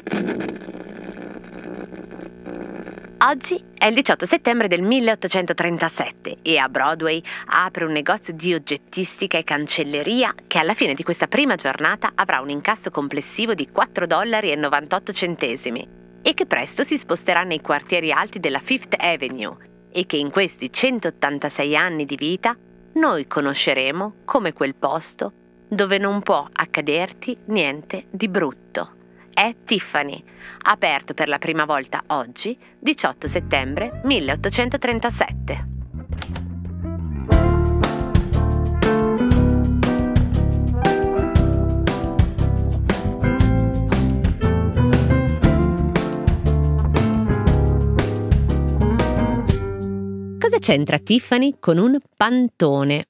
Oggi è il 18 settembre del 1837 e a Broadway apre un negozio di oggettistica e cancelleria che alla fine di questa prima giornata avrà un incasso complessivo di $4,98 e che presto si sposterà nei quartieri alti della Fifth Avenue e che in questi 186 anni di vita noi conosceremo come quel posto dove non può accaderti niente di brutto. È Tiffany, aperto per la prima volta oggi, 18 settembre 1837. Cosa c'entra Tiffany con un pantone?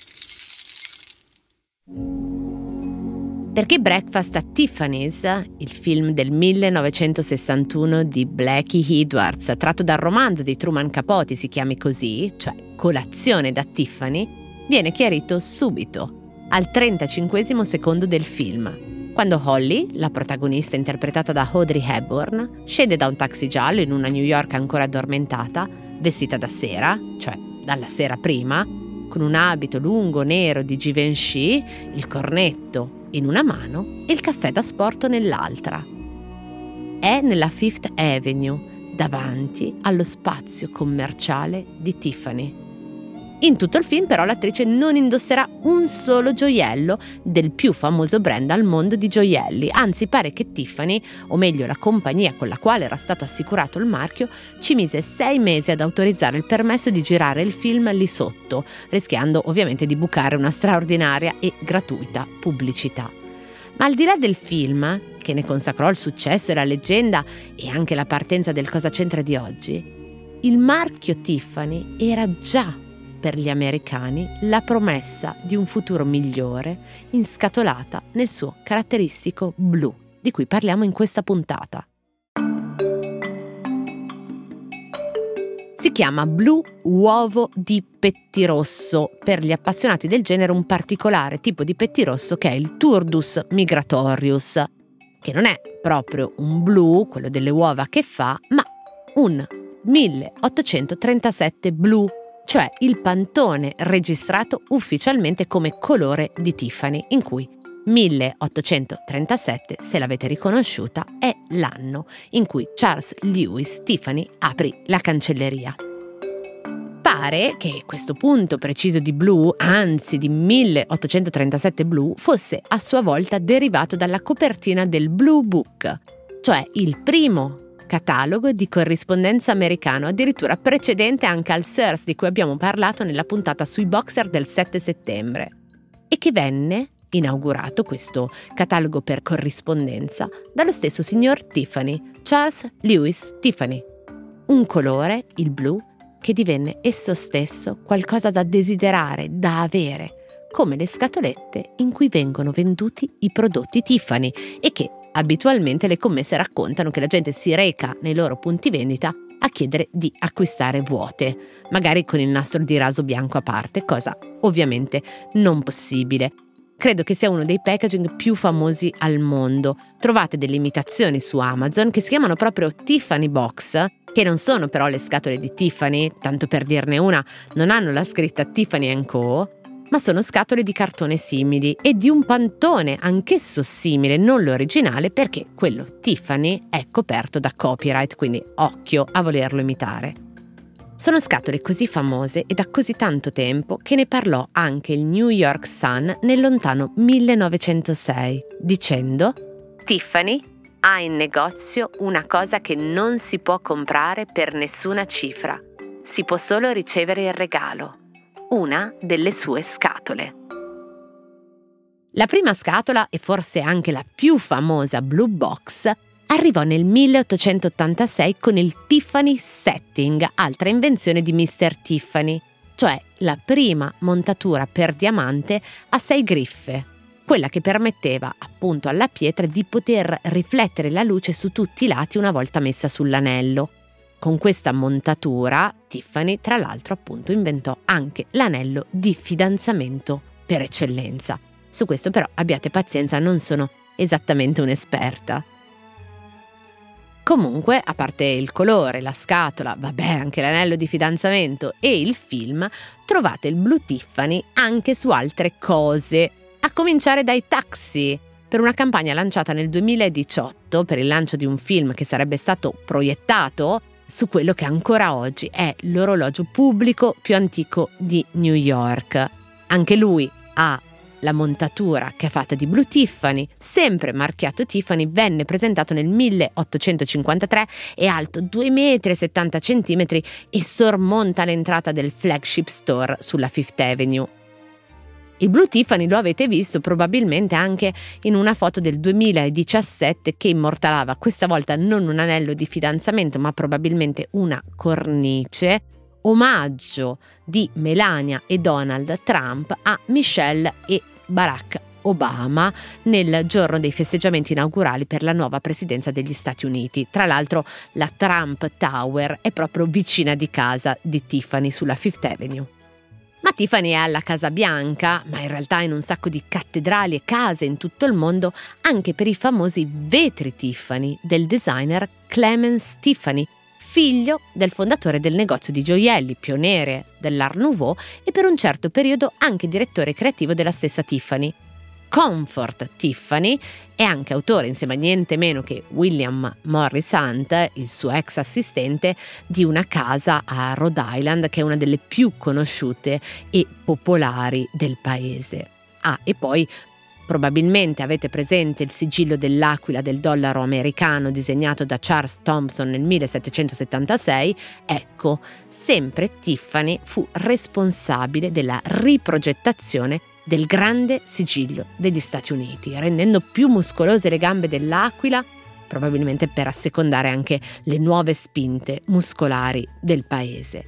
Perché Breakfast at Tiffany's, il film del 1961 di Blackie Edwards, tratto dal romanzo di Truman Capote, si chiami così, cioè Colazione da Tiffany, viene chiarito subito, al 35esimo secondo del film, quando Holly, la protagonista interpretata da Audrey Hepburn, scende da un taxi giallo in una New York ancora addormentata, vestita da sera, cioè dalla sera prima, con un abito lungo nero di Givenchy, il cornetto in una mano e il caffè da sport nell'altra. È nella Fifth Avenue, davanti allo spazio commerciale di Tiffany. In tutto il film però l'attrice non indosserà un solo gioiello del più famoso brand al mondo di gioielli, anzi pare che Tiffany, o meglio la compagnia con la quale era stato assicurato il marchio, ci mise 6 mesi ad autorizzare il permesso di girare il film lì sotto, rischiando ovviamente di bucare una straordinaria e gratuita pubblicità. Ma al di là del film, che ne consacrò il successo e la leggenda e anche la partenza del Cosa c'entra di oggi, il marchio Tiffany era già per gli americani la promessa di un futuro migliore inscatolata nel suo caratteristico blu, di cui parliamo in questa puntata. Si chiama blu uovo di pettirosso, per gli appassionati del genere un particolare tipo di pettirosso che è il Turdus migratorius, che non è proprio un blu, quello delle uova che fa, ma un 1837 blu, cioè il pantone registrato ufficialmente come colore di Tiffany, in cui 1837, se l'avete riconosciuta, è l'anno in cui Charles Lewis Tiffany aprì la cancelleria. Pare che questo punto preciso di blu, anzi di 1837 blu, fosse a sua volta derivato dalla copertina del Blue Book, cioè il primo catalogo di corrispondenza americano, addirittura precedente anche al Sears di cui abbiamo parlato nella puntata sui boxer del 7 settembre, e che venne inaugurato, questo catalogo per corrispondenza, dallo stesso signor Tiffany, Charles Lewis Tiffany. Un colore, il blu, che divenne esso stesso qualcosa da desiderare, da avere, come le scatolette in cui vengono venduti i prodotti Tiffany e che abitualmente le commesse raccontano che la gente si reca nei loro punti vendita a chiedere di acquistare vuote, magari con il nastro di raso bianco a parte, cosa ovviamente non possibile. Credo che sia uno dei packaging più famosi al mondo. Trovate delle imitazioni su Amazon che si chiamano proprio Tiffany Box, che non sono però le scatole di Tiffany, tanto per dirne una, non hanno la scritta Tiffany & Co., ma sono scatole di cartone simili e di un pantone anch'esso simile, non l'originale, perché quello Tiffany è coperto da copyright, quindi occhio a volerlo imitare. Sono scatole così famose e da così tanto tempo che ne parlò anche il New York Sun nel lontano 1906, dicendo: Tiffany ha in negozio una cosa che non si può comprare per nessuna cifra, si può solo ricevere il regalo, una delle sue scatole. La prima scatola, e forse anche la più famosa Blue Box, arrivò nel 1886 con il Tiffany Setting, altra invenzione di Mr. Tiffany, cioè la prima montatura per diamante a 6 griffe, quella che permetteva appunto alla pietra di poter riflettere la luce su tutti i lati una volta messa sull'anello. Con questa montatura Tiffany, tra l'altro, appunto inventò anche l'anello di fidanzamento per eccellenza. Su questo però abbiate pazienza, non sono esattamente un'esperta. Comunque, a parte il colore, la scatola, vabbè, anche l'anello di fidanzamento e il film, trovate il Blue Tiffany anche su altre cose, a cominciare dai taxi. Per una campagna lanciata nel 2018 per il lancio di un film che sarebbe stato proiettato su quello che ancora oggi è l'orologio pubblico più antico di New York. Anche lui ha la montatura che è fatta di Blue Tiffany, sempre marchiato Tiffany, venne presentato nel 1853, è alto 2,70 m e sormonta l'entrata del flagship store sulla Fifth Avenue. Il Blue Tiffany lo avete visto probabilmente anche in una foto del 2017 che immortalava questa volta non un anello di fidanzamento ma probabilmente una cornice, omaggio di Melania e Donald Trump a Michelle e Barack Obama nel giorno dei festeggiamenti inaugurali per la nuova presidenza degli Stati Uniti. Tra l'altro la Trump Tower è proprio vicina di casa di Tiffany sulla Fifth Avenue. Ma Tiffany è alla Casa Bianca, ma in realtà in un sacco di cattedrali e case in tutto il mondo, anche per i famosi vetri Tiffany del designer Clemence Tiffany, figlio del fondatore del negozio di gioielli, pioniere dell'Art Nouveau e per un certo periodo anche direttore creativo della stessa Tiffany. Comfort Tiffany è anche autore, insieme a niente meno che William Morris Hunt, il suo ex assistente, di una casa a Rhode Island che è una delle più conosciute e popolari del paese. E poi probabilmente avete presente il sigillo dell'aquila del dollaro americano disegnato da Charles Thompson nel 1776. Ecco, sempre Tiffany fu responsabile della riprogettazione del grande sigillo degli Stati Uniti, rendendo più muscolose le gambe dell'aquila, probabilmente per assecondare anche le nuove spinte muscolari del paese.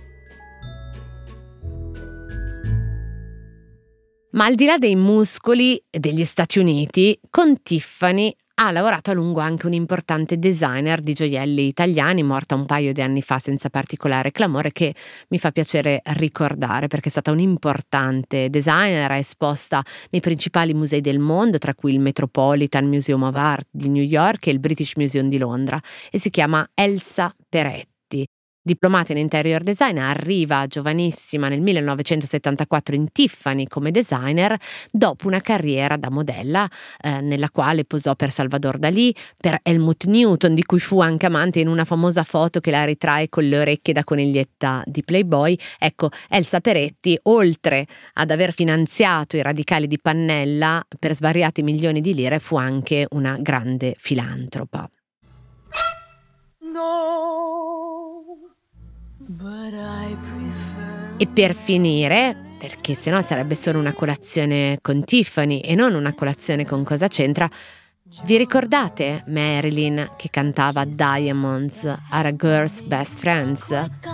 Ma al di là dei muscoli degli Stati Uniti, con Tiffany ha lavorato a lungo anche un importante designer di gioielli italiani, morta un paio di anni fa senza particolare clamore, che mi fa piacere ricordare perché è stata un'importante designer, è esposta nei principali musei del mondo, tra cui il Metropolitan Museum of Art di New York e il British Museum di Londra, e si chiama Elsa Peretti. Diplomata in interior design, arriva giovanissima nel 1974 in Tiffany come designer dopo una carriera da modella nella quale posò per Salvador Dalì, per Helmut Newton, di cui fu anche amante in una famosa foto che la ritrae con le orecchie da coniglietta di Playboy. Ecco, Elsa Peretti, oltre ad aver finanziato i radicali di Pannella per svariati milioni di lire, fu anche una grande filantropa. E per finire, perché sennò sarebbe solo una colazione con Tiffany e non una colazione con Cosa c'entra, vi ricordate Marilyn che cantava Diamonds are a girl's best friends?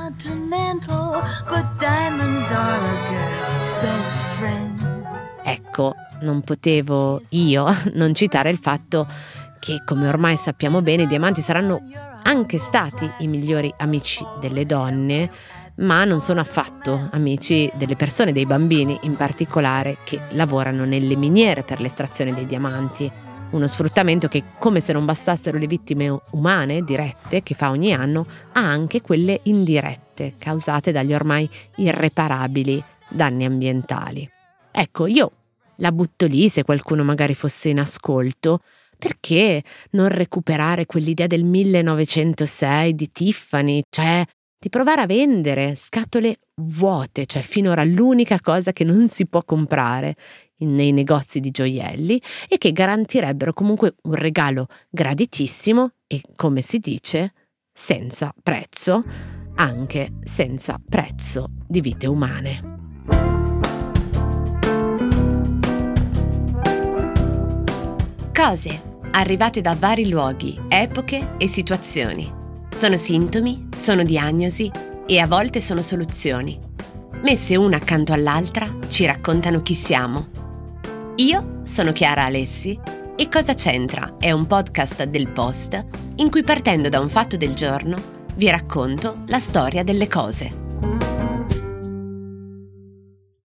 Ecco, non potevo io non citare il fatto che, come ormai sappiamo bene, i diamanti saranno anche stati i migliori amici delle donne, ma non sono affatto amici delle persone, dei bambini in particolare, che lavorano nelle miniere per l'estrazione dei diamanti. Uno sfruttamento che, come se non bastassero le vittime umane dirette che fa ogni anno, ha anche quelle indirette, causate dagli ormai irreparabili danni ambientali. Ecco, io la butto lì, se qualcuno magari fosse in ascolto. Perché non recuperare quell'idea del 1906 di Tiffany, cioè di provare a vendere scatole vuote, cioè finora l'unica cosa che non si può comprare nei negozi di gioielli e che garantirebbero comunque un regalo graditissimo e, come si dice, senza prezzo, anche senza prezzo di vite umane. Cose arrivate da vari luoghi, epoche e situazioni. Sono sintomi, sono diagnosi e a volte sono soluzioni. Messe una accanto all'altra ci raccontano chi siamo. Io sono Chiara Alessi e Cosa c'entra è un podcast del Post in cui, partendo da un fatto del giorno, vi racconto la storia delle cose.